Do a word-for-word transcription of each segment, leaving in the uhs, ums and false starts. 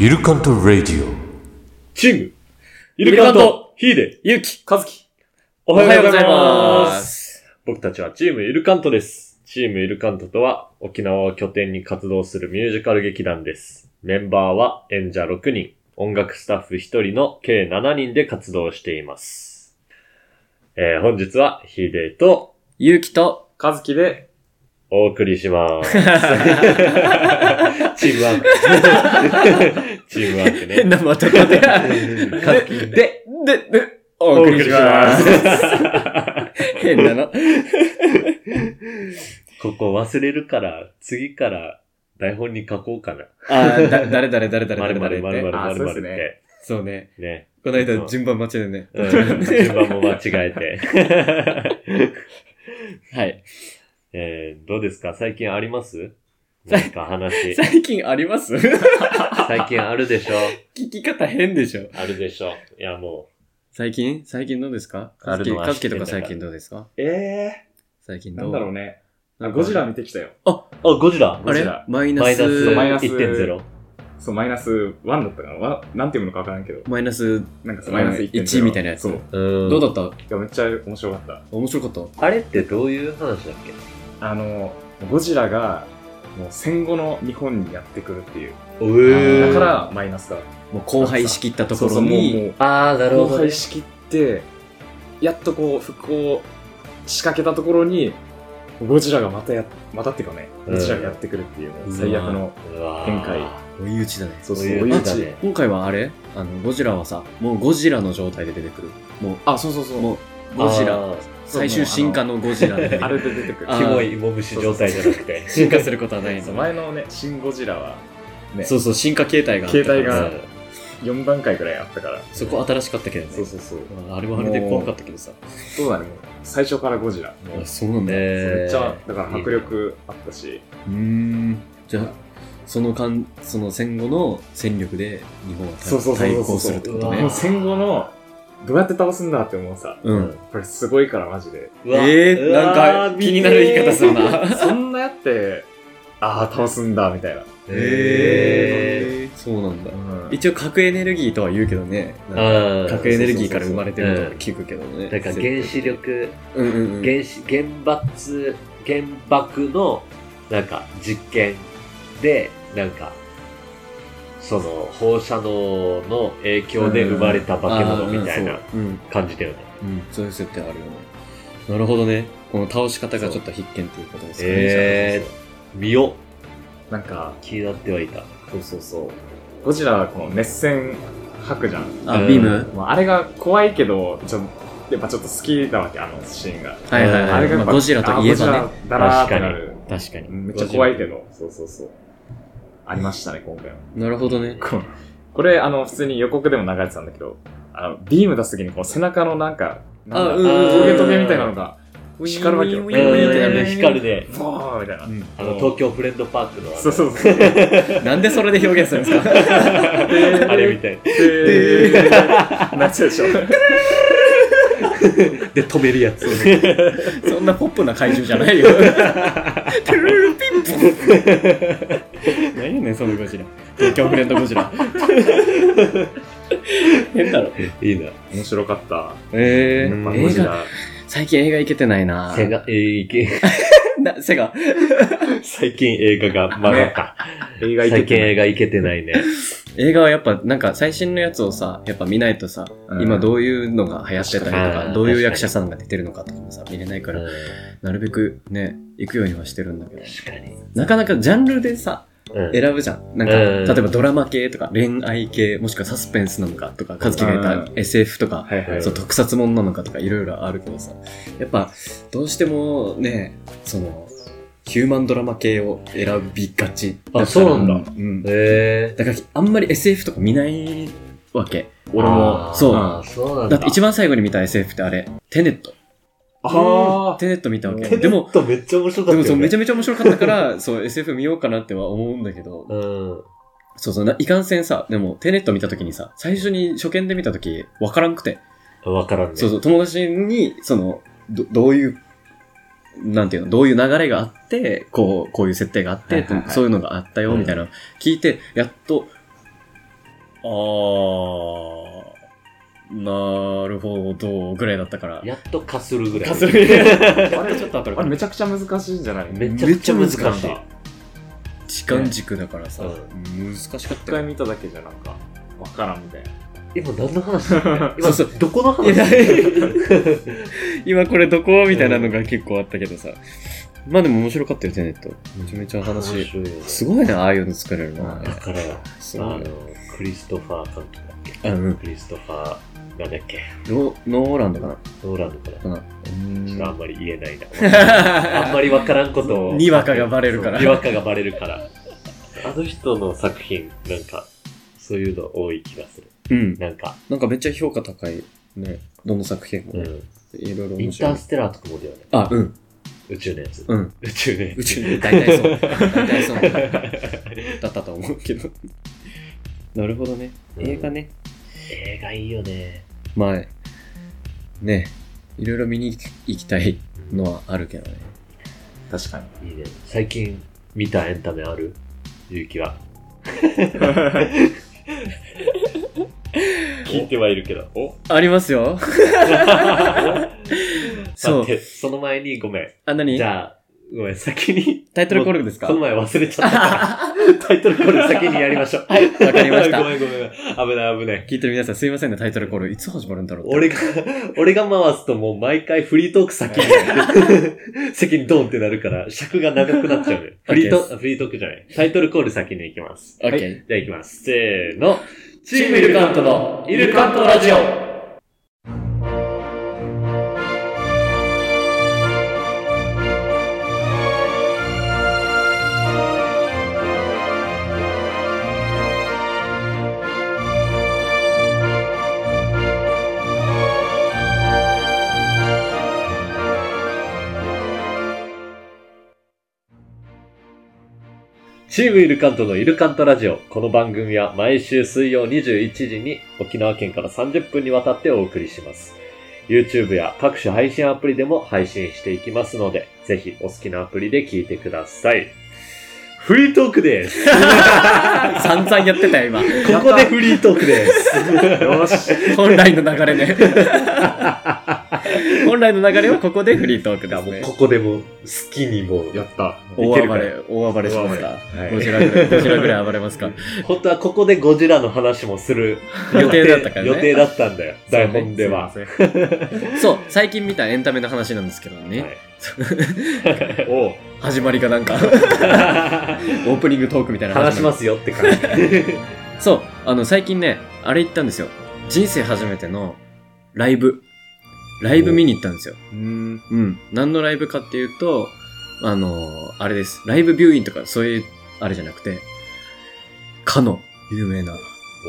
イルカントラディオチームイルカントヒーデユウキカズキおはようございます。僕たちはチームイルカントです。チームイルカントとは沖縄を拠点に活動するミュージカル劇団です。メンバーは演者ろくにん、音楽スタッフひとりの計しちにんで活動しています。えー、本日はヒーデとユウキとカズキでお送りします。チームワーク。チームワークね。 変なまたまた。 カズキで、 で、で、お送りします。変なの。 ここ忘れるから、次から台本に書こうかな。 ああ、だ、誰誰誰誰まるまるまるまるあまるまるっそうですて。 そうね。 ね。 この間順番間違えね。 うん。順番も間違えて。 はい。 えー、どうですか最近ありますなんか話。 最近あります最近あるでしょ聞き方変でしょあるでしょいやもう。 最近最近どうですかあるのはカズキとか最近どうですかええー、 最近どうなんだろうね。 なんかゴジラ見てきたよ。 あ、ゴジラあれゴジラマイナマイナスス、 マイナスいってんゼロ。 そう、マイナスワンだったかなわなんていうのかわからんけど。 マイナスなんかさ、マイナスいってんゼロ。 いちみたいなやつそう。 うん。 どうだったいや、めっちゃ面白かった。 面白かったあれってどういう話だっけあの、ゴジラが、もう戦後の日本にやってくるっていう。 おーだから、マイナスだ。 もう荒廃しきったところそうそうもうに、 もうあー、なるほ荒ど、ね。 廃しきって、やっとこう、復興仕掛けたところに、ゴジラがまたや、またっていうかね、ゴジラがやってくるっていう、 うん最悪のうわー展開。 追い打ちだね。 そうそう、 追い追い打ち。 打ちだね今回はあれあの、ゴジラはさ、もうゴジラの状態で出てくる。もあ、そうそうそう。 う、もう、ゴジラ、 あ最終進化のゴジラであれで出てくる。 あーキモい芋虫状態じゃなくて。 進化することはないそうの。 前のね、シン・ゴジラは、ね、 そうそう、進化形態があったから形態がうんよんだんかいくらいあったから。 そこ新しかったけどね。 そうそうそう。 あれはあれで怖かったけどさ。 そうだね、もう、最初からゴジラ。もうあ、そうなんだ。うえーめっちゃ、だから迫力あったし。 ーん。じゃあ、その間、その戦後の戦力で日本はそうそうそうそう対抗するってことうわねもう。戦後の、どうやって倒すんだって思うさ。 うん。 これすごいから、マジで。 うわえー、なんか気になる言い方する。な。 そんなやって、ああ、倒すんだ、みたいな。 えー、そうなんだ。 うん一応核エネルギーとは言うけどね。 ー。 なんかあ核エネルギーから生まれてるとかうん聞くけどね。 だから原子力、 うんうんうん。 原子、原発、原爆の、なんか実験で、なんか、その放射能の影響で生まれた化け物みたいなうん、うん感じだよね。 うん、そういう設定あるよね。なるほどね。この倒し方がちょっと必見ということですかね。 えー、見よ。 なんか、 気になってはいた。 そうそうそう。ゴジラはこの熱線吐くじゃん。 あ、 うんビームまあ、あれが怖いけど、ちょやっぱちょっと好きだわけ、あのシーンが。 はいはいはい。 あれがやっぱ、 まあゴジラといえばね。 あゴジラだなーってなる。 確かに。 めっちゃ怖いけど、そうそうそう。ありましたね、今回は。 なるほどね。 ここれ、あの、普通に予告でも流れてたんだけど、あの、ビーム出すときにこの背中のなんか、なんだあうんうんトゲトゲみたいなのが、光るわけよ。 ウィンウィンウィンってなるね光るね。 フォーみたいな。 うんあの、東京フレンドパークのあのそうそうそう。 なんでそれで表現するんですかあれみたい。 で、なっちゃうでしょ。 で、止めるやつ。 そんなポップな怪獣じゃないよ。トゥルルルピンポン何やねん、そのゴジラ。東京フレンドゴジラ。変だろ。 いいな。 面白かった。 えやっぱー、映画、 ゴジラ。 最近映画行けてないなセガ、えー、けな、セガ。 最近映画が、まだか。 映画行最近けてない映画行けてないね。 映画はやっぱなんか最新のやつをさ、やっぱ見ないとさ、 うん今どういうのが流行ってたりとうか、 んどういう役者さんが出てるのかとかもさ、見れないから、 うんなるべくね、行くようにはしてるんだけど。 確かに。 なかなかジャンルでさ、 うん選ぶじゃん。なんか、 うん例えばドラマ系とか恋愛系、もしくはサスペンスなのかとか、和樹が言った エスエフ とか、 はいはい。 そう特撮ものなのかとかいろいろあるけどさ、やっぱどうしてもね、その、ヒューマンドラマ系を選びがち。 あそうなんだうん。 えだからあんまり エスエフ とか見ないわけ。俺あも。 ーそう。 あーそうなんだ。 だって一番最後に見た エスエフ ってあれ、テネット。 あテネット見たわけ。 テでも、 ネットめっちゃ面白かったよね。 でもそうめちゃめちゃ面白かったから、そう エスエフ 見ようかなっては思うんだけど、 うん。 そうそうな、いかんせんさ、でもテネット見た時にさ、最初に初見で見た時わからんくて、 わからんね。 そうそう、友達に、その、ど、どういう、なんていうの、どういう流れがあって、こう、こういう設定があって、 はいはいはいそういうのがあったよ、みたいなの聞いて、やっと、 なるほど、ぐらいだったから。 やっとかするぐらい。 かする。あれちょっと後から。 あれめちゃくちゃ難しいんじゃない？ めちゃくちゃ難しい。 時間軸だからさ、 ね、 難しかったよ。 一回見ただけじゃなんか、わからんみたいな。 今何の話だった今そうそうどこの話今これどこみたいなのが結構あったけどさ。まあでも面白かったよ、テネット。めちゃめちゃ話。面白いよね、すごいね、ああいうの作れるのはね。 だから、あの、クリストファー監督だっけ、うん、クリストファー、なんだっけノノーランドかなノーランドかな、うん、ちょっとあんまり言えないな。あんまりわからんことを。 にわかがバレるから。 にわかがバレるから。あの人の作品、なんか、そういうの多い気がする。 うん。 なんか。 なんかめっちゃ評価高いね。どの作品も。うん。いろいろ面白い。 インターステラーとかもだよね。 あ、うん。 宇宙のやつ。 うん。 宇宙のやつ。 宇宙のやつ。大体そう。大体そう。だったと思うけど。なるほどね。映画ね。 映画いいよね。 まあ、ね。いろいろ見に行きたいのはあるけどね。 確かに。 いいね。最近見たエンタメある？ゆうきは。聞いてはいるけど。おありますよ。 そう。その前にごめん。 あ、何？ じゃあ、ごめん、先に。 タイトルコールですか？ この前忘れちゃったから。タイトルコール先にやりましょう。 はい、わかりました。 ごめんごめん。危ない危ない。 聞いてる皆さんすいませんね、タイトルコール。いつ始まるんだろう。 俺が、俺が回すともう毎回フリートーク先に、先にドンってなるから、尺が長くなっちゃうね。フリート、フリートークじゃない。タイトルコール先に行きます。 オッケー。 じゃあ行きます。せーの。チームイルカントのイルカントラジオ。チームイルカントのイルカントラジオ。この番組は毎週水曜にじゅういちじに沖縄県からさんじゅっぷんにわたってお送りします。YouTube や各種配信アプリでも配信していきますので、ぜひお好きなアプリで聞いてください。フリートークです。 散々やってたよ、今。 ここでフリートークです。 よし。本来の流れね。本来の流れはここでフリートークですね。 もうここでも好きにもやった。 大暴れ、大暴れしますか。はい、ゴジラぐらい、ゴジラぐらい暴れますか。 本当はここでゴジラの話もする予定だったからね。 予定だったんだよ。台本では。 そう、最近見たエンタメの話なんですけどね。はいお始まりがなんかオープニングトークみたいな話しますよって感じそう、あの最近ねあれ行ったんですよ。人生初めてのライブライブ見に行ったんですよ。うん、うん、何のライブかっていうとあのー、あれです。ライブビューインとかそういうあれじゃなくてかの有名なおお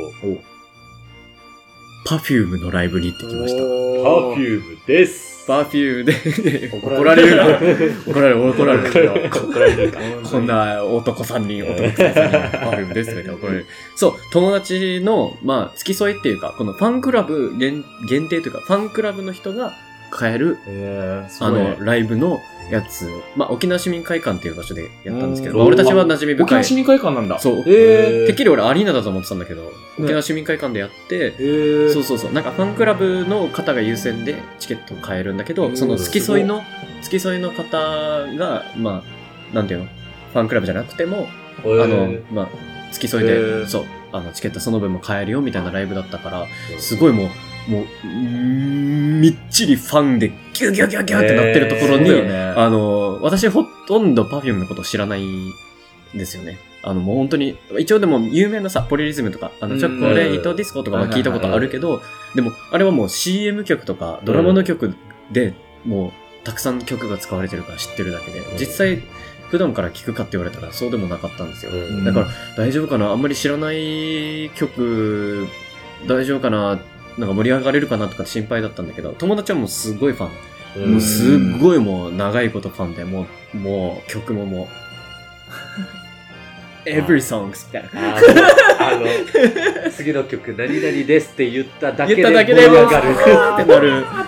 パフュームのライブに行ってきました。 パフュームです。 パフュームで怒られるな。怒られる、怒られる。怒られるか。こんな男さんにん、男さんにん、パフュームですって怒られる。そう、友達の、まあ、付き添いっていうか、このファンクラブ限限定というか、ファンクラブの人が買える、えー、あの、ライブのやつ、まあ、沖縄市民会館っていう場所でやったんですけど、まあ、俺たちは馴染み深い。 沖縄市民会館なんだ。 そう。えー、てっきり俺アリーナだと思ってたんだけど、沖縄市民会館でやって、えー、そうそうそう。なんかファンクラブの方が優先でチケットを買えるんだけど、その付き添いの、付き添いの方が、まあ、なんていうのファンクラブじゃなくても、えー、あの、まあ、付き添いで、えー、そう、あの、チケットその分も買えるよみたいなライブだったから、すごいもう、もう、みっちりファンでギュギュギュギュってなってるところに、えーね、あの、私ほとんど Perfume のこと知らないんですよね。あの、もう本当に、一応でも有名なさ、ポリリズムとか、あの、チョコレイトディスコとかは聞いたことあるけど、でも、あれはもう シーエム 曲とかドラマの曲でもうたくさん曲が使われてるから知ってるだけで、実際、普段から聴くかって言われたらそうでもなかったんですよ。だから、大丈夫かなあんまり知らない曲、大丈夫かななんか盛り上がれるかなとか心配だったんだけど、友達はもうすごいファン。もうすっごいもう長いことファンで、もう、もう曲ももう、every songs みたいな。 あの、次の曲何々ですって言っただけで盛り上がる。ってなる。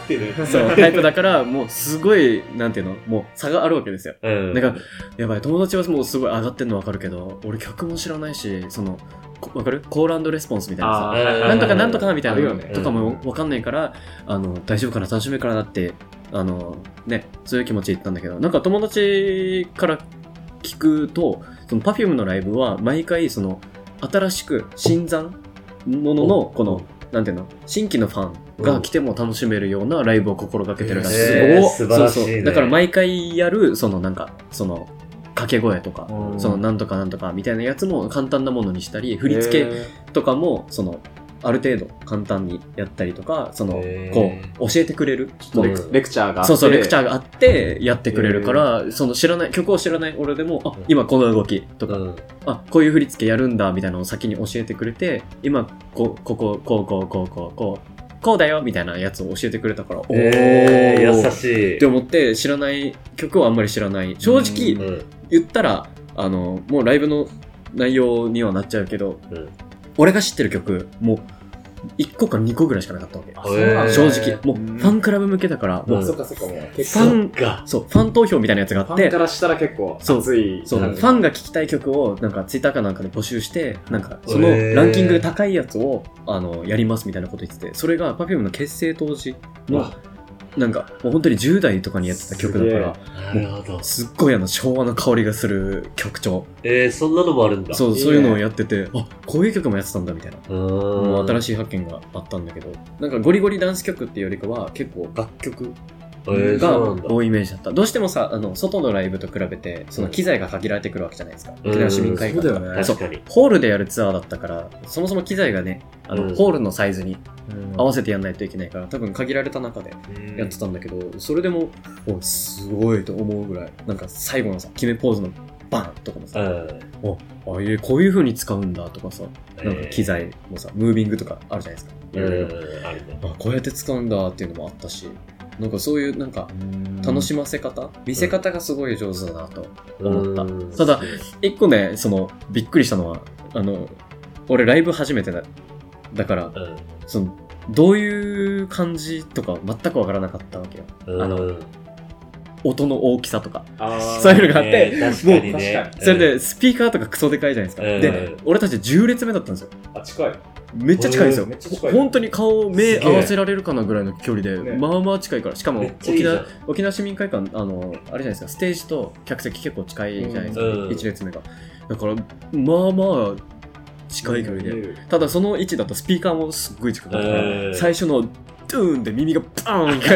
ってる。 そう、タイプだから、もうすごい、なんていうの、もう差があるわけですよ。うん。だから、やばい、友達はもうすごい上がってんのわかるけど、俺曲も知らないし、その、わかるコール&レスポンスみたいなさ、なんとかなんとかみたいなのとかもわかんないから、あの、大丈夫かな、楽しめるかなって、あの、ね、そういう気持ちで言ったんだけど、なんか友達から聞くと、その Perfume のライブは毎回その、新しく新参ものの、この、なんていうの、新規のファンが来ても楽しめるようなライブを心がけてるらしい。 えー、素晴らしいね。そうそう。 だから毎回やる、そのなんか、その、掛け声とか、そのなんとかなんとかみたいなやつも簡単なものにしたり、振り付けとかも、その、ある程度簡単にやったりとか、その、こう、教えてくれる。 レクチャーがあって。 そうそう、レクチャーがあってやってくれるから、その知らない、曲を知らない俺でも、あ、今この動きとか、あ、こういう振り付けやるんだみたいなのを先に教えてくれて、今、こ、ここ、こう、こう、こう、こう、こう、こうだよみたいなやつを教えてくれたから、 えー、優しい。 って思って知らない曲をあんまり知らない。正直、言ったら、あの、もうライブの内容にはなっちゃうけど、うん、俺が知ってる曲、もう、いっこかにこぐらいしかなかったわけ。正直。もう、ファンクラブ向けだから、もう、 そっかそっかもう、 ファンが、そう、ファン投票みたいなやつがあって、 ファンからしたら結構熱い。 そう、そうファンが聴きたい曲を、なんか、ツイッターかなんかで募集して、なんか、そのランキング高いやつを、あの、やりますみたいなこと言ってて、それが Perfume の結成当時の、なんか、もう本当にじゅう代とかにやってた曲だから、 なるほど。 すっごいあの昭和の香りがする曲調。 えー、そんなのもあるんだ。 そう、そういうのをやってて、あ、こういう曲もやってたんだみたいな。もう新しい発見があったんだけど、なんかゴリゴリダンス曲っていうよりかは、結構楽曲が多いイメージだった。どうしてもさ、あの、外のライブと比べて、その機材が限られてくるわけじゃないですか。沖縄市民会館とか。そう、ホールでやるツアーだったから、そもそも機材がね、あの、ホールのサイズに合わせてやんないといけないから、多分限られた中でやってたんだけど、それでも、お、すごいと思うぐらい、なんか最後のさ、決めポーズのバンとかもさ、お、あ、いえ、こういう風に使うんだとかさ、なんか機材もさ、ムービングとかあるじゃないですか。いろいろ。あ、こうやって使うんだっていうのもあったし、なんかそういうなんか楽しませ方見せ方がすごい上手だなと思った。ただ、一個ね、その、びっくりしたのは、あの、俺ライブ初めてだ、だから、うん、その、どういう感じとか全くわからなかったわけよ。うん、あの、音の大きさとか。そういうのがあって、 ね、確かにね、 もう、それでスピーカーとかクソでかいじゃないですか。うん、で、俺たちじゅう列目だったんですよ。 あ、近い。 めっちゃ近いんですよ。めっちゃ近い。本当に顔、目合わせられるかなぐらいの距離で、ね、まあまあ近いから。しかも、沖縄、沖縄市民会館、あの、あれじゃないですか、ステージと客席結構近いじゃないですか、うん、いち列目が。だから、まあまあ、近い距離で。ただその位置だとスピーカーもすっごい近かったから、最初のドゥーンで耳がバーン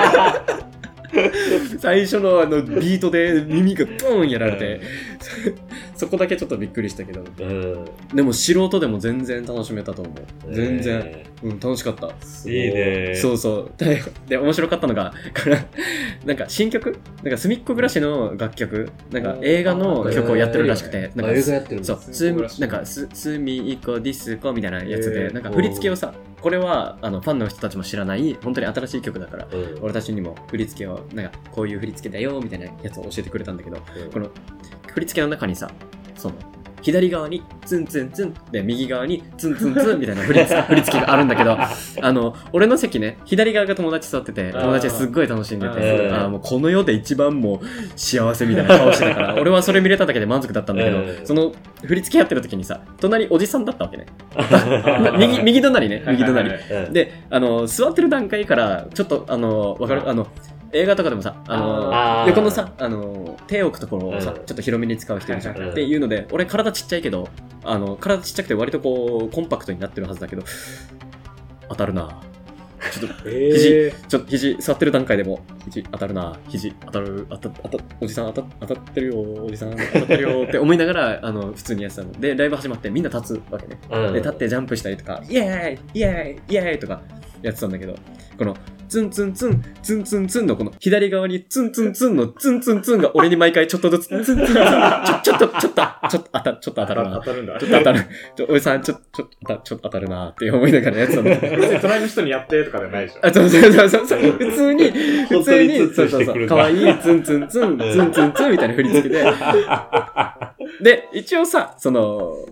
最初のあのビートで耳がドーンやられて、そこだけちょっとびっくりしたけど、でも素人でも全然楽しめたと思う。全然、うん、楽しかった。 いいね。 そうそう。で、面白かったのが、なんか新曲なんかすみっこ暮らしの楽曲なんか映画の曲をやってるらしくて、なんか映画やってるんそう、すなんかす、すみいこディスコみたいなやつで、なんか振り付けをさ、これはあのファンの人たちも知らない本当に新しい曲だから、うん、俺たちにも振り付けをなんかこういう振り付けだよみたいなやつを教えてくれたんだけど、うん、この振り付けの中にさ、その左側にツンツンツンで右側にツンツンツンみたいな振り付け振り付けがあるんだけど、あの俺の席ね、左側が友達座ってて、友達すっごい楽しんでて、ああもうこの世で一番もう幸せみたいな顔してたから俺はそれ見れただけで満足だったんだけど、その振り付けやってる時にさ、隣おじさんだったわけね。右右隣ね、右隣で、あの座ってる段階からちょっとあのわかるあの映画とかでもさ、あのー、横のさ、あのー、手を置くところをさ、うん、ちょっと広めに使う人いるじゃん、うん、っていうので、俺体ちっちゃいけど、あの、体ちっちゃくて割とこう、コンパクトになってるはずだけど、当たるなちょっと、肘、ちょっと肘、座ってる段階でも、肘当たるな肘当たる、当た、当た、おじさん当た、当たってるよおじさん当たってるよって思いながら、あの、普通にやってたの。で、ライブ始まってみんな立つわけね。うん、で、立ってジャンプしたりとか、イエーイイエーイイエーイとかやってたんだけど、この、ツンツンツン、ツンツンツンのこの左側にツンツンツンのツンツンツンが俺に毎回ちょっとずつツンツンツン、ちょ、ちょっと、ちょっと、ちょっと当たる、ちょっと当たるな。 当たるんだ。 ちょっと当たる。ちょ、おじさん、ちょ、ちょっと、ちょっと当たるなって思いながらやつなんだけど。 別に隣の人にやってとかじゃないでしょ。 あ、そうそうそうそう。普通に、普通に、そうそうそう。かわいいツンツンツン、ツンツンツンみたいな振り付けで。で、一応さ、その、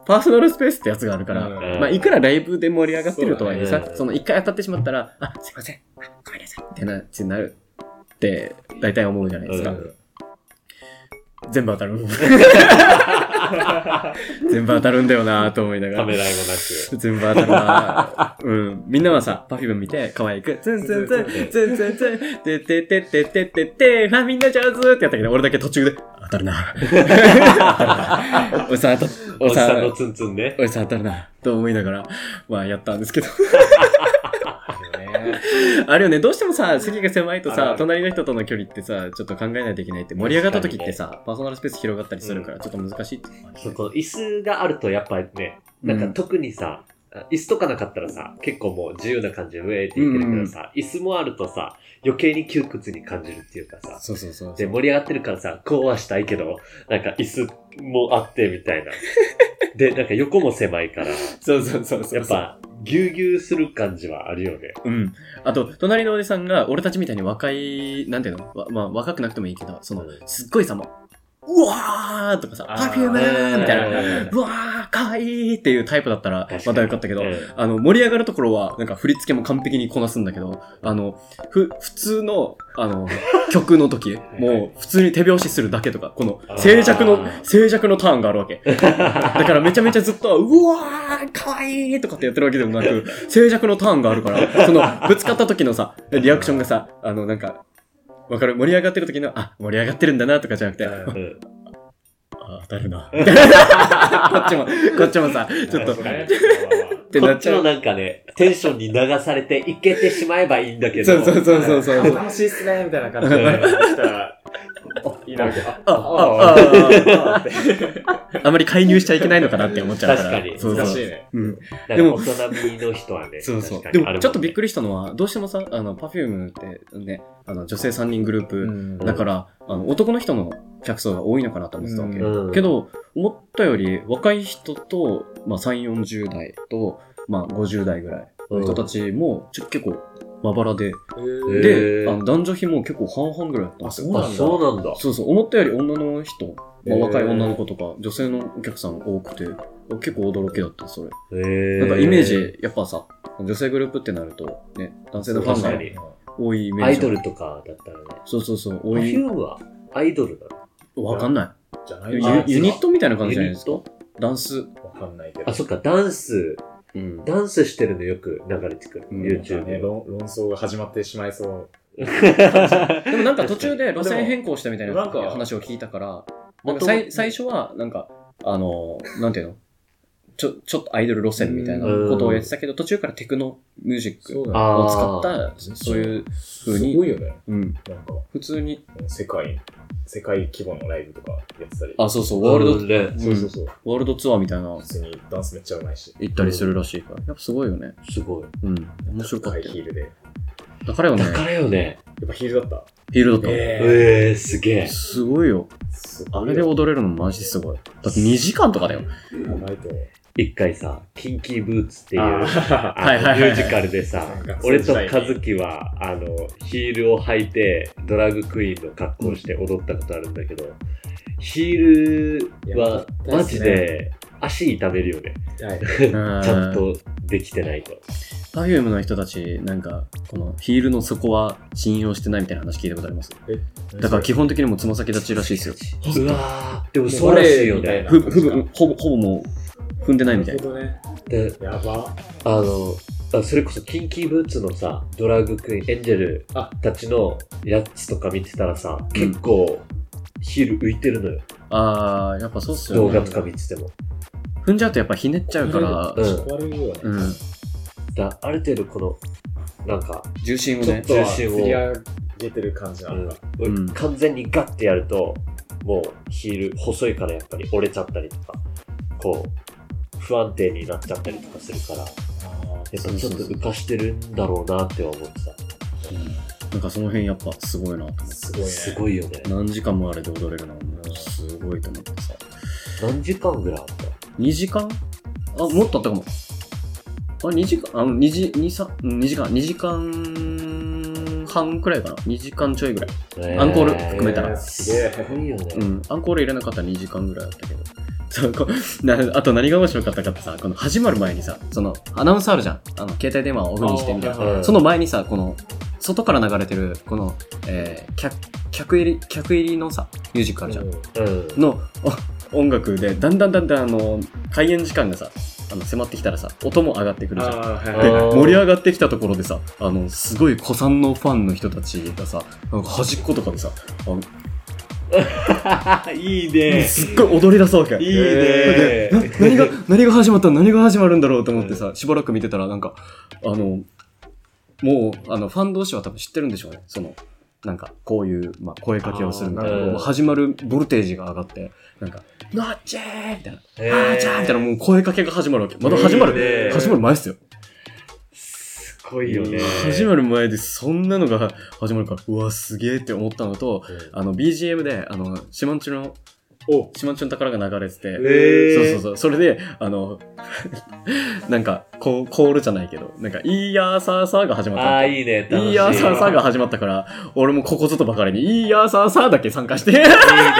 パーソナルスペースってやつがあるから、 うんまあ、いくらライブで盛り上がってるとはいえさ、 そうだねその一回当たってしまったら、あ、すいません、あごめんなさい、ってな、ってなるって、大体思うじゃないですか。 うん全部当たる。全部当たるんだよなぁと思いながら。 ためらいもなく。 全部当たるなぁ。うん。みんなはさ、パフューム見て、可愛く、ツンツンツン、ツンツンツン、ててててててて、あ、みんな上手ってやったけど、俺だけ途中で、当たるなぁ。おじさん当た、 おじさんのツンツンね。 おじさん当たるなぁ。と思いながら、まあやったんですけど。あるよね。どうしてもさ、席が狭いとさ、隣の人との距離ってさ、ちょっと考えないといけないって、盛り上がった時ってさ、パーソナルスペース広がったりするから、ちょっと難しいって。 そう、この椅子があるとやっぱりね、なんか特にさ、椅子とかなかったらさ、結構もう自由な感じでウェーっていけるけどさ、椅子もあるとさ、余計に窮屈に感じるっていうかさ、 そうそうそう。 で、盛り上がってるからさ、こうはしたいけど、なんか椅子もあってみたいな。で、なんか横も狭いから、 そうそうそうそう。 やっぱ、ぎゅうぎゅうする感じはあるよね。 うん。あと、隣のおじさんが、俺たちみたいに若い、なんていうのわまあ、若くなくてもいいけど、その、すっごいさ、もう、うわーとかさ、パフュームーみたいな、うわー、かわいいっていうタイプだったら、またよかったけど、あの、盛り上がるところは、なんか振り付けも完璧にこなすんだけど、あの、ふ、普通の、あの、曲の時、もう、普通に手拍子するだけとか、この、静寂の、静寂のターンがあるわけ。だからめちゃめちゃずっと、うわー、かわいいとかってやってるわけでもなく、静寂のターンがあるから、その、ぶつかった時のさ、リアクションがさ、あの、なんか、わかる？盛り上がってる時の、あ、盛り上がってるんだなとかじゃなくて、 うん、 あ、当たるな。こっちも、こっちもさ、ちょっと、 ってなっちゃう。こっちのなんかね、テンションに流されていけてしまえばいいんだけど。 そうそうそうそうそう。 楽しいっすね、みたいな感じで来たら、いいな、みたいな。あ、 あ、あ、あ、あまり介入しちゃいけないのかなって思っちゃうから。 確かに。 そうそう。 難しいね。うん。でも、大人みの人はね。 そうそう。でも、ちょっとびっくりしたのは、どうしてもさ、あの、パフュームってね、あの、女性さんにんグループだから、あの、男の人の客層が多いのかなと思ってたわけ。けど、思ったより若い人と、まあ、さんじゅう、よんじゅう代と、まあ、ごじゅう代ぐらいの人たちも、ちょ結構、まばらで、で、あの男女比も結構半々ぐらいだったんですよ。 あ、そうなんだ。 そうそう、思ったより女の人、まあ、若い女の子とか、女性のお客さん多くて、結構驚きだった、それ。なんかイメージ、やっぱさ、女性グループってなると、ね、男性のファンが多いイメージ。 アイドルとかだったらね。 そうそうそう、 多い。パフュームはアイドルだろ？わかんない。 じゃないユニットみたいな感じじゃないですか。ダンス。 わかんないけど。 あ、そっか、ダンス。うん、ダンスしてるのよく流れてくる。うん、YouTube で、ね。論争が始まってしまいそう。 でもなんか途中で路線変更したみたいな話を聞いたから、なんか最最初は、なんか、あの、なんていうのちょ、ちょっとアイドル路線みたいなことをやってたけど、途中からテクノミュージックを使った、そういう風に。 すごいよね。 うん。なんか、普通に。 世界、世界規模のライブとかやってたり。 あ、そうそう、ワールド、 そうそうそう。 ワールドツアーみたいな。 普通にダンスめっちゃうまいし。 行ったりするらしいから。やっぱすごいよね。 すごい。 うん。面白かった。 ヒールで。 だからよね。 だからよね。 やっぱヒールだったヒールだった。 ええー、すげえ。 すごいよ。あれで踊れるのマジすごい。だってにじかんとかだよ。 一回さ、キンキーブーツっていう、あの、ミュージカルでさ、俺とカズキは、あの、ヒールを履いて、ドラッグクイーンの格好をして踊ったことあるんだけど、ヒールは、マジで、足痛めるよね。ちゃんとできてないと。 パフュームの人たち、なんか、このヒールの底は信用してないみたいな話聞いたことあります。えだから基本的にもつま先立ちらしいですよ。 うわー、でもそうらしいよね。 ふ、ふ、ほぼ、ほぼもう、踏んでないみたいな。 なるほどね。 で、 やば。 あの、あそれこそキンキーブーツのさ、ドラッグクイーン、エンジェルたちのやつとか見てたらさ、結構ヒール浮いてるのよ。 あー、やっぱそうっすよね。動画とか見てても。 踏んじゃうとやっぱひねっちゃうから、 うん。悪いよね。 うん。 だある程度この、なんか、 重心をね、 重心を。 振り上げてる感じなんだ。 うん。完全にガッてやると、もうヒール細いからやっぱり折れちゃったりとか、こう、不安定になっちゃったりとかするから、やっぱちょっと浮かしてるんだろうなって思ってた。 うん、なんかその辺やっぱすごいなと思って。 すごいね。 すごいよね。 何時間もあれで踊れるのはもうすごいと思ってさ。 何時間ぐらいあった？ に 時間あ、もっとあったかも。あ、にじかん、あの、にじ、に、さん、にじかん、にじかんはんくらいかな。にじかんちょいぐらい。アンコール含めたら。 すげえ。 すごいよね。 うん。アンコール入れなかったらにじかんぐらいだったけど。 そうこなあと何が面白かったかってさ、この始まる前にさ、そのアナウンスあるじゃん。あの携帯電話をオフにしてみたいな。その前にさ、この外から流れてるこの、えー、客客入り客入りのさミュージックあるじゃん。うん、の音楽でだんだんだんだんあの開演時間がさ。あの迫ってきたらさ、音も上がってくるじゃん。はいはい、で、盛り上がってきたところでさ、あの、すごい古参のファンの人たちがさ、なんか端っことかでさ、 あのいいね。 すっごい踊り出すわけ。 いいね。 な何が、何が始まったの何が始まるんだろうと思ってさ、しばらく見てたらなんか、あの、もう、あの、ファン同士は多分知ってるんでしょうね。その、なんか、こういう、まあ、声かけをするみたいな。もう始まるボルテージが上がって、なんか、なっちゃーみたいな、あーちゃーみたいな、もう声かけが始まるわけ。まだ始まる、始まる前ですよ。 すごいよね。 始まる前でそんなのが始まるから、うわ、すげーって思ったのと、あの、ビージーエム で、あの、シマンチュの、おシマンチュの宝が流れてて、そうそうそう、それで、あの、なんか、こう、コールじゃないけど、なんか、いーやーさーさーが始まった。 ああ、いいね。 いーやーさーさーが始まったから、俺もここぞとばかりに、いーやーさーさーだけ参加して。いいね。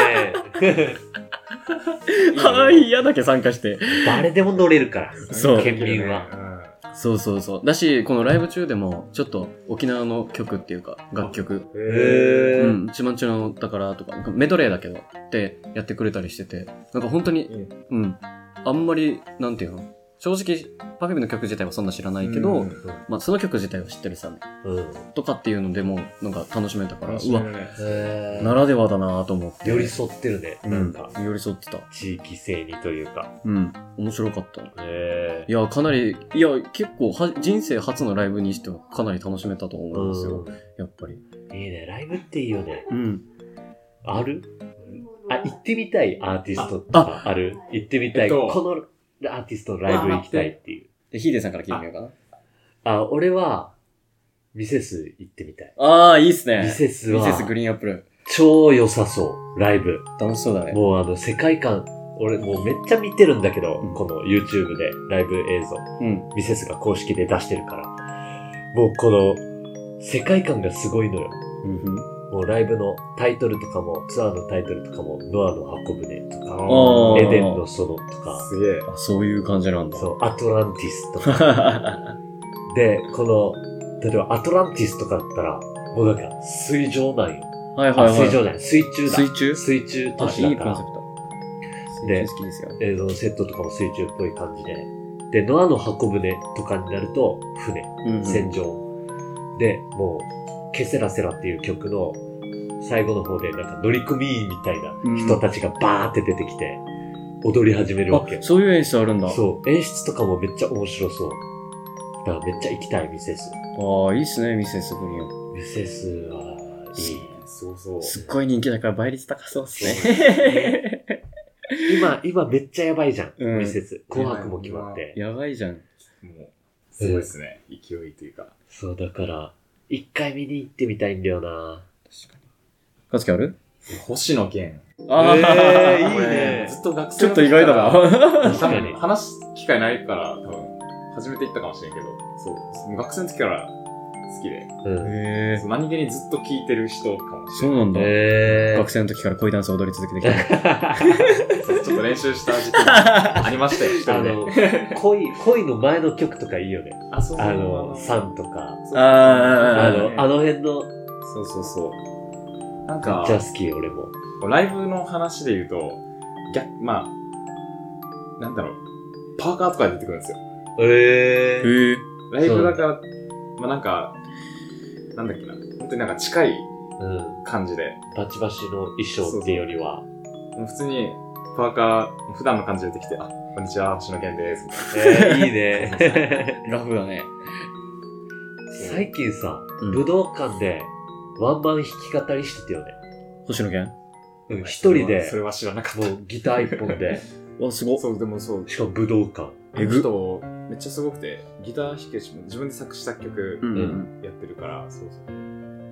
はい、嫌だけ参加して。 誰でも乗れるから。 そう。 県民は。 そうそうそう。だし、このライブ中でも、ちょっと沖縄の曲っていうか、楽曲。 へー。 うん。ちまんちの宝とか、メドレーだけど、ってやってくれたりしてて、なんか本当に、うん、うん。あんまり、なんていうの正直、パフュームの曲自体はそんな知らないけど、うん、まあその曲自体は知ってるさ、うん、とかっていうのでも、なんか楽しめたから、うわ、ならではだなと思って。 寄り添ってるね。なんか、 うん、寄り添ってた。 地域性にというか。 うん。面白かった。へいや、かなり、いや、結構は、人生初のライブにしてはかなり楽しめたと思うんですよ。うん、やっぱり。 いいね、ライブっていいよね。 うん。 あるあ、行ってみたいアーティストとかある行ってみたい。えっと、この、アーティストのライブ行きたいっていう。 で、ヒデさんから聞いてみようかな。 あ、俺は、ミセス行ってみたい。 ああ、いいっすね。 ミセスは、 ミセスグリーンアップル。 超良さそう、ライブ。 楽しそうだね。 もうあの、世界観、俺もうめっちゃ見てるんだけど、うん、この YouTube でライブ映像。うん。ミセスが公式で出してるから。もうこの、世界観がすごいのよ。うん、もうライブのタイトルとかも、ツアーのタイトルとかも、ノアの箱舟とか、エデンの園とか。 すげえ。あ、そういう感じなんだ。 そう、アトランティスとか。で、この、例えばアトランティスとかだったら、もうなんか水上なんよ。 はいはいはい。 水上じゃない、水中だ。 水中水中都市だから。 いいコンセプト。 で、 好きですよ。 映像のセットとかも水中っぽい感じで。で、ノアの箱舟とかになると、船、うんうん、船上。で、もう、ケセラセラっていう曲の最後の方で、なんか乗組員みたいな人たちがバーって出てきて、踊り始めるわけ。 あ、そういう演出あるんだ。 そう。演出とかもめっちゃ面白そう。だからめっちゃ行きたい、ミセス。 ああ、いいっすね、ミセスグリーン。 ミセスはいい。 そうそう。 すっごい人気だから倍率高そうっすね。 今、今めっちゃやばいじゃん、うん、ミセス。紅白も決まって。 やばいじゃん。もう、すごいっすね。うん、勢いというか。 そう、だから、一回見に行ってみたいんだよな。 確かに。かつきある？ 星野源。 ああ、えー、いいね。 ずっと学生ちょっと意外だな。 確かに。話す機会ないから、多分、初めて行ったかもしれんけど、そう。学生の時から好きで。うん、へー。何気にずっと聴いてる人かもしれない。 そうなんだ。へー。学生の時から恋ダンス踊り続けてきた。 ちょっと練習した時期がありましたよ、一人で。 あの、恋、恋の前の曲とかいいよね。 あ、そうそう。 あの、サンとか。 ああ、 あの、あの辺の。 そうそうそう。なんか、 めっちゃ好き、俺も。 ライブの話で言うと、逆、まあ、なんだろう、パーカーとか出てくるんですよ。 へえー。 ライブだから、まあなんか、なんだっけな、本当になんか近い感じで。 うん、バチバチの衣装っていうよりは。 そうそう、普通に、パーカー、普段の感じで出てきて、あ、こんにちは、星野源です。 えー、いいね。 ラフだね。 最近さ、うん、武道館でワンマン弾き語りしてたよね。 星野源？ うん、一人で。 それは知らなかった。 もうギター一本で。 わ、すごっ。 そう、でもそう。 しかも武道館。 えぐと、めっちゃすごくて、ギター弾けしも自分で作詞作曲やってるから、うん、そうそう。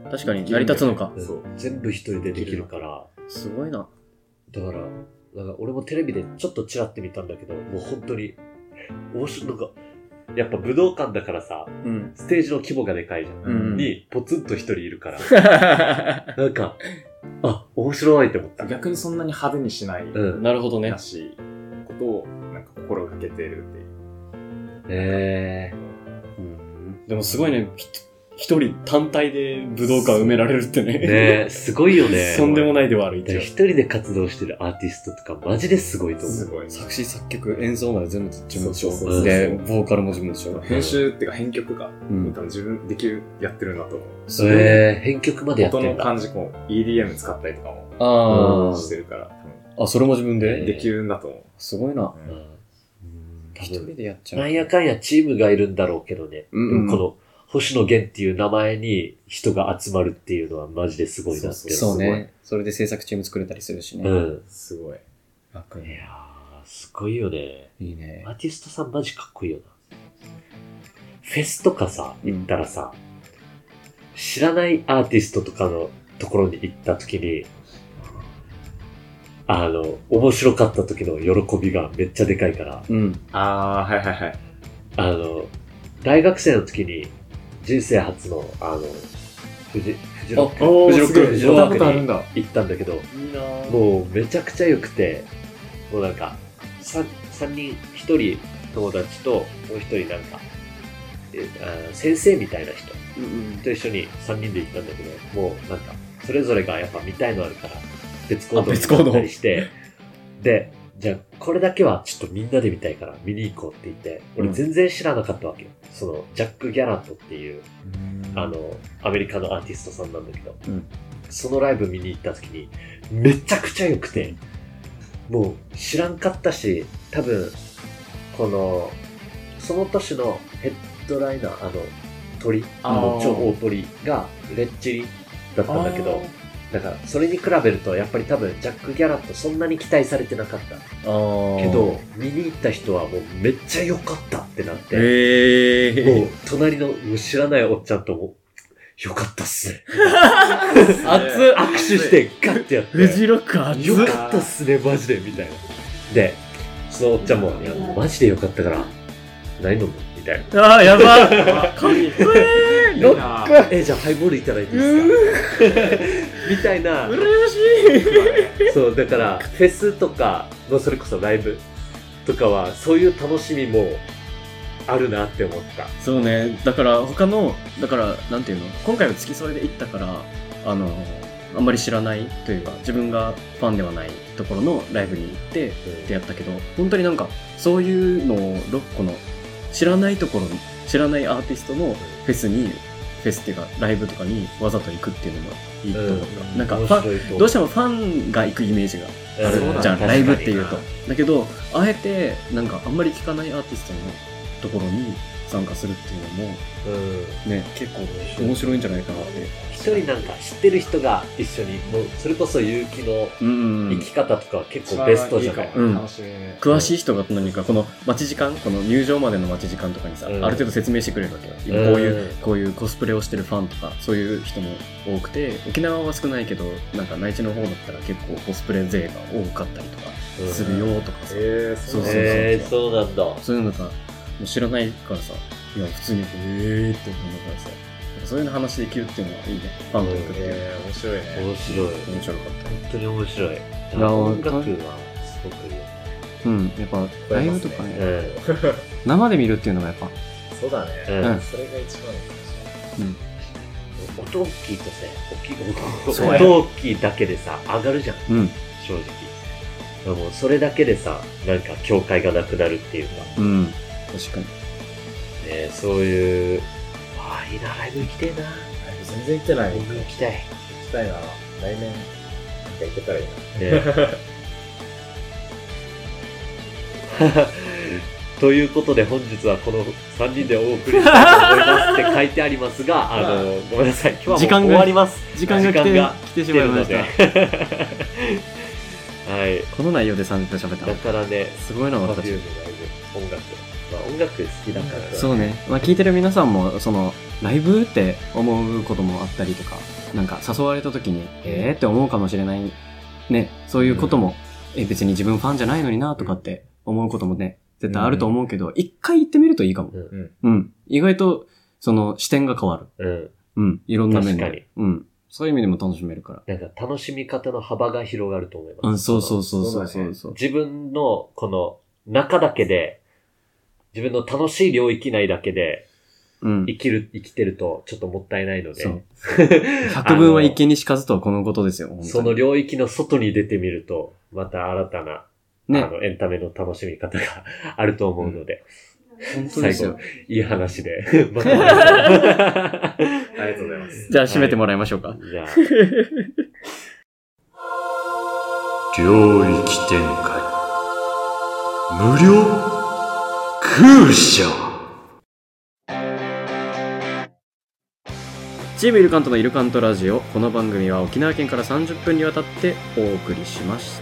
確かに成り立つのか。 そう。全部一人でできるから。 すごいな。 だから、なんか俺もテレビでちょっとチラって見たんだけど、もう本当に、面白い、なんか、やっぱ武道館だからさ、うん、ステージの規模がでかいじゃん。うん、に、ポツンと一人いるから。なんか、あ、面白いって思った。 逆にそんなに派手にしない。 うん、なるほどね。 だし、 ことをなんか心がけてるっていう。 えー、うん。でもすごいね、一人単体で武道館埋められるってね。 ねすごいよね。 とんでもないではある一応。 一人で活動してるアーティストとかマジですごいと思う。すごい。 作詞作曲演奏まで全部自分でしょ。で、ボーカルも自分でしょ。 編集っていうか編曲が、うん、多分自分できる、やってるんだと思う。 えー、編曲までやってるんだ。 音の感じも イーディーエム 使ったりとかもあしてるから。 あ、それも自分でできるんだと思う。 すごいな。うん、一人でやっちゃう。 なんやかんやチームがいるんだろうけどね。うん、この星野源っていう名前に人が集まるっていうのはマジですごいなって。 そうね。それで制作チーム作れたりするしね。 うん。 すごい。 楽に。 いやー、すごいよね。 いいね。 アーティストさんマジかっこいいよな。フェスとかさ、行ったらさ、うん、知らないアーティストとかのところに行った時に、あの、面白かった時の喜びがめっちゃでかいから。 うん。 あー、はいはいはい。 あの、大学生の時に、人生初の、あの、フジ、フジロック、 フジロック、 フジロックに行ったんだけど、いいなもうめちゃくちゃ良くて、もうなんか、三、三人、一人友達と、もう一人なんか、えあ先生みたいな人、うんうん、と一緒に三人で行ったんだけど、もうなんか、それぞれがやっぱ見たいのあるから、別行動になったりして、で、じゃあこれだけはちょっとみんなで見たいから見に行こうって言って、俺全然知らなかったわけよ。うん、その、ジャック・ギャラットっていう、あの、アメリカのアーティストさんなんだけど、うん、そのライブ見に行った時に、めちゃくちゃ良くて、もう知らんかったし、多分、この、その年のヘッドライナー、あの、鳥、あの超大鳥がレッチリだったんだけど、だから、それに比べると、やっぱり多分、ジャック・ギャラットそんなに期待されてなかった。けど、見に行った人はもうめっちゃ良かったってなって、 えー、 もう、隣の知らないおっちゃんとも、良かったっすね。 熱っ握手してガッてやって。 フジロック熱っ良かったっすね、マジで、みたいな。で、そのおっちゃんも、いや、マジで良かったから、何飲むみたいな。 ああ、やばかっこいいロックえ、じゃあハイボールいただいていいですかみたいな。 羨ましいそう、だから、フェスとかの、それこそライブとかは、そういう楽しみもあるなって思った。 そうね。だから他の、だから、なんていうの今回は付き添いで行ったから、あの、あんまり知らないというか、自分がファンではないところのライブに行って出会ったけど、うん、本当になんか、そういうのをろっこの知らないところに、知らないアーティストのフェスに、フェスっていうかライブとかにわざと行くっていうのもいいと思った。うん、なんかファン、どうしてもファンが行くイメージがあるじゃん、ライブっていうと。だけど、あえて、なんかあんまり聞かないアーティストのところに参加するっていうのも、うん、ね、結構面白いんじゃないかなって。 一人なんか知ってる人が一緒に、もうそれこそ結城の生き方とかは結構ベストじゃない、 うん、詳しい人が何かこの待ち時間、この入場までの待ち時間とかにさ、うん、ある程度説明してくれるわけよ。今こういう、うん、こういうコスプレをしてるファンとかそういう人も多くて、沖縄は少ないけどなんか内地の方だったら結構コスプレ勢が多かったりとかするよとかさ、うん、 えー、そうそうそうそう、えー、そうなんだ。 そういうのがもう知らないからさ、いや普通にこうえーって思うんだからさ、そういうの話できるっていうのはいいね。ファンと行くっていう。 えー、面白いね。 面白い。 面白かった。 本当に面白い。音楽はすごくいい。 うん、やっぱライブとかね、うん、生で見るっていうのがやっぱ。 そうだね。うん、それが一番いいかもしれない。 うん。音大きいとさ、音大きいだけでさ、上がるじゃん。うん。正直。もうそれだけでさ、なんか境界がなくなるっていうか。 うん。確かに。 ね、そういう、ああ、いいな、ライブ行きたいな。ライブ全然行ってない。 行きたい。 行きたいな。来年、なんか行けたらいいな。ね、 ということで本日はこのさんにんでお送りしたいと思いますって書いてありますが、あの、ごめんなさい。今日はもう終わります。 時間が来て、来てしまいました。 はい。 この内容でさんじゅっぷん喋った。 だからね、 すごいな、私。 音楽。まあ、音楽好きだから、ね、 そうね、まあ、聞いてる皆さんもそのライブって思うこともあったりとか、なんか誘われた時にえーって思うかもしれないね、そういうことも、うん、え別に自分ファンじゃないのになとかって思うこともね絶対あると思うけど、一、うん、回行ってみるといいかも、うん、うん、意外とその視点が変わる、うんうん、いろんな面で、確かに、うん、そういう意味でも楽しめるから、 なんか楽しみ方の幅が広がると思います。 うん、そうそうそうそうそうそう、 自分のこの中だけで、自分の楽しい領域内だけで、 うん。 生きる、生きてるとちょっともったいないので。そう。 百聞は一見にしかずとはこのことですよ。 その領域の外に出てみると、また新たな、ね、あの、エンタメの楽しみ方があると思うので。 うん、本当ですよ。 最後、いい話で。またありがとうございます。 じゃあ、締めてもらいましょうか。はい、じゃあ。 領域展開。無料空想。 チームイルカントのイルカントラジオ。この番組は沖縄県からさんじゅっぷんにわたってお送りしました。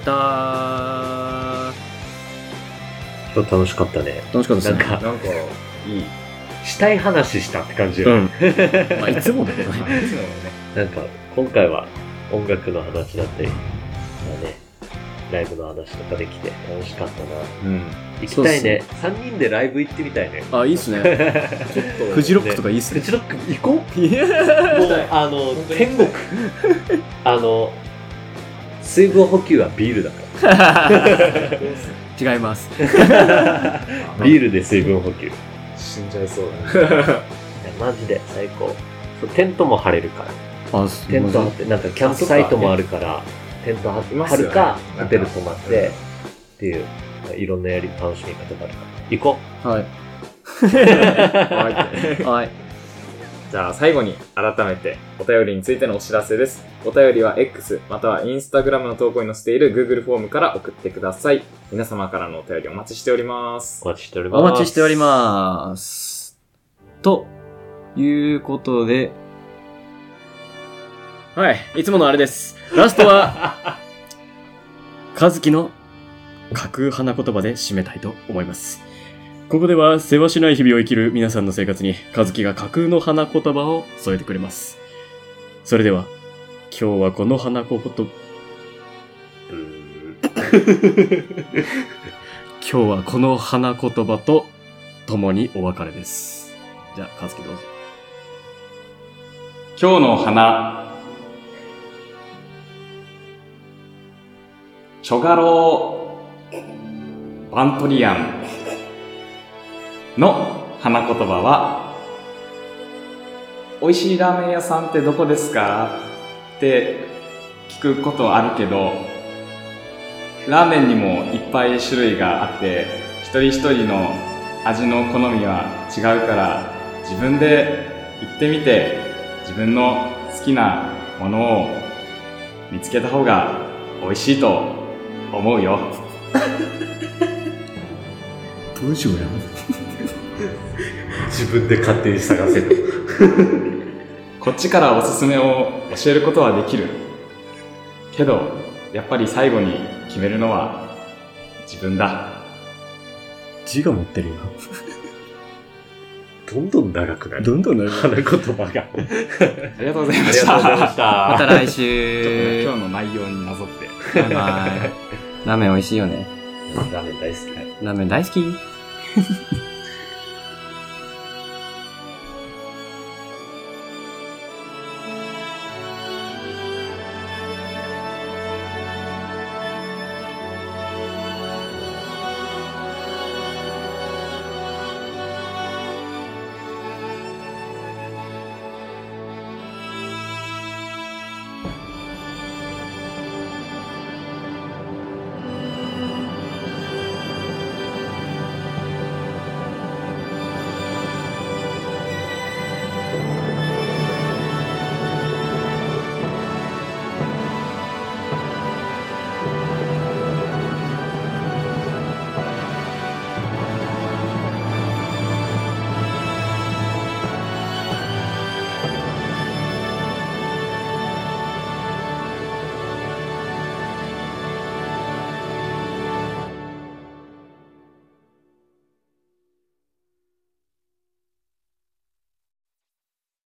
楽しかったね。 楽しかったですね。 なんか、なんか、いい。したい話したって感じよ。うん。 まあ、いつもだけどね。いつもね。なんか、今回は音楽の話だったり、まあね、ライブの話とかできて楽しかったな。うん。行きたいね。さんにんでライブ行ってみたいね。 あ、いいっすね。ちょっと。フジロックとかいいっすね。 フジロック行こうもう、あの、天国。あの、水分補給はビールだから。 違います。 ビールで水分補給。 死んじゃいそうだね。 マジで最高。テントも張れるから。 あ、 テント張って、なんかキャンプサイトもあるから、テント張るか、ホテル泊まって、っていう。いろんなやり楽しみ方があるから。行こう。はい。 はい。はい。じゃあ最後に改めてお便りについてのお知らせです。お便りは X または Instagram の投稿に載せている Google フォームから送ってください。皆様からのお便りお待ちしております。 お待ちしております。 お待ちしております。ということで、はい、いつものあれです。ラストは、和樹の架空花言葉で締めたいと思います。ここでは世話しない日々を生きる皆さんの生活に和樹が架空の花言葉を添えてくれます。それでは今日はこの花言葉今日はこの花言葉と共にお別れです。じゃあ和樹どうぞ。 今日の花チョガローバントリアンの花言葉は、美味しいラーメン屋さんってどこですかって聞くことあるけど、ラーメンにもいっぱい種類があって、一人一人の味の好みは違うから、自分で行ってみて自分の好きなものを見つけた方が美味しいと思うよ。 文章やん。 自分で勝手に探せる。 こっちからおすすめを教えることはできるけど、やっぱり最後に決めるのは自分だ。 字が持ってるよ。 どんどん長くなる。 どんどん長くなる花言葉が。 ありがとうございました。 ありがとうございました。 また来週。 ちょっと、ね、今日の内容になぞって。 バイバイ。ラーメン美味しいよね。 ラーメン大好き。 ラーメン大好き。